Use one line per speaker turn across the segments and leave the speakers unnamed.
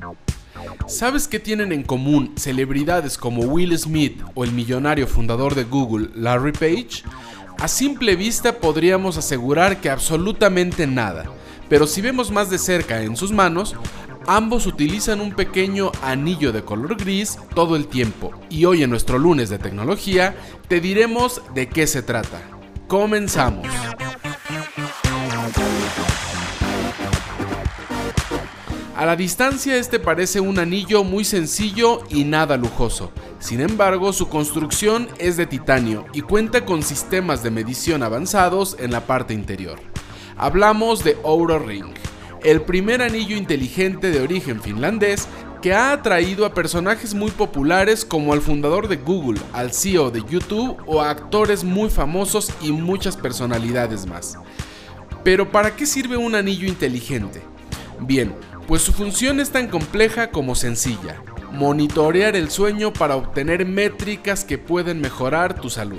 ¿Sabes qué tienen en común celebridades como Will Smith o el millonario fundador de Google, Larry Page? A simple vista podríamos asegurar que absolutamente nada, pero si vemos más de cerca en sus manos, ambos utilizan un pequeño anillo de color gris todo el tiempo, y hoy en nuestro lunes de tecnología te diremos de qué se trata. Comenzamos. A la distancia este parece un anillo muy sencillo y nada lujoso. Sin embargo, su construcción es de titanio y cuenta con sistemas de medición avanzados en la parte interior. Hablamos de Oura Ring, el primer anillo inteligente de origen finlandés que ha atraído a personajes muy populares como al fundador de Google, al CEO de YouTube o a actores muy famosos y muchas personalidades más. Pero ¿para qué sirve un anillo inteligente? Bien, pues su función es tan compleja como sencilla: monitorear el sueño para obtener métricas que pueden mejorar tu salud.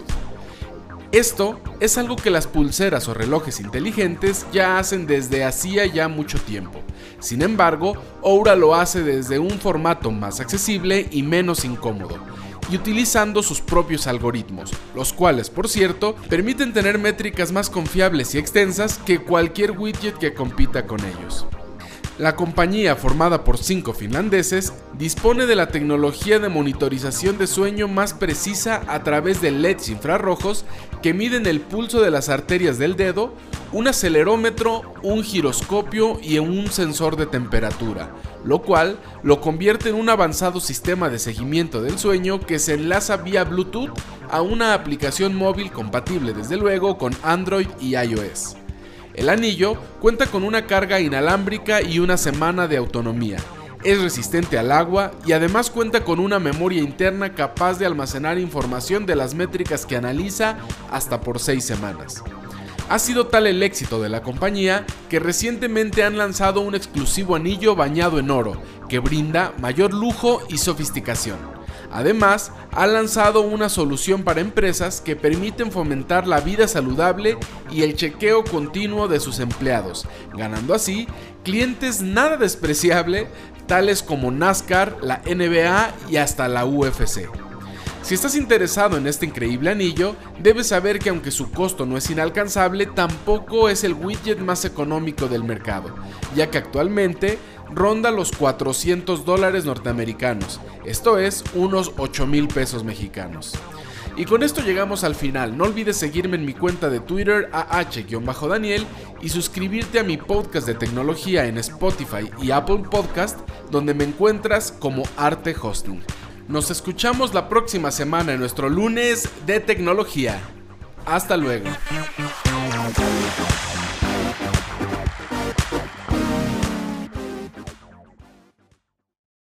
Esto es algo que las pulseras o relojes inteligentes ya hacen desde hacía ya mucho tiempo. Sin embargo, Oura lo hace desde un formato más accesible y menos incómodo, y utilizando sus propios algoritmos, los cuales, por cierto, permiten tener métricas más confiables y extensas que cualquier widget que compita con ellos. La compañía, formada por 5 finlandeses, dispone de la tecnología de monitorización de sueño más precisa a través de LEDs infrarrojos que miden el pulso de las arterias del dedo, un acelerómetro, un giroscopio y un sensor de temperatura, lo cual lo convierte en un avanzado sistema de seguimiento del sueño que se enlaza vía Bluetooth a una aplicación móvil compatible desde luego con Android y iOS. El anillo cuenta con una carga inalámbrica y una semana de autonomía. Es resistente al agua y además cuenta con una memoria interna capaz de almacenar información de las métricas que analiza hasta por 6 semanas. Ha sido tal el éxito de la compañía que recientemente han lanzado un exclusivo anillo bañado en oro que brinda mayor lujo y sofisticación. Además, ha lanzado una solución para empresas que permiten fomentar la vida saludable y el chequeo continuo de sus empleados, ganando así clientes nada despreciables tales como NASCAR, la NBA y hasta la UFC. Si estás interesado en este increíble anillo, debes saber que aunque su costo no es inalcanzable, tampoco es el widget más económico del mercado, ya que actualmente ronda los $400 norteamericanos, esto es unos 8,000 pesos mexicanos. Y con esto llegamos al final. No olvides seguirme en mi cuenta de Twitter AH-Daniel y suscribirte a mi podcast de tecnología en Spotify y Apple Podcast, donde me encuentras como Arte Hosting. Nos escuchamos la próxima semana en nuestro lunes de tecnología. Hasta luego.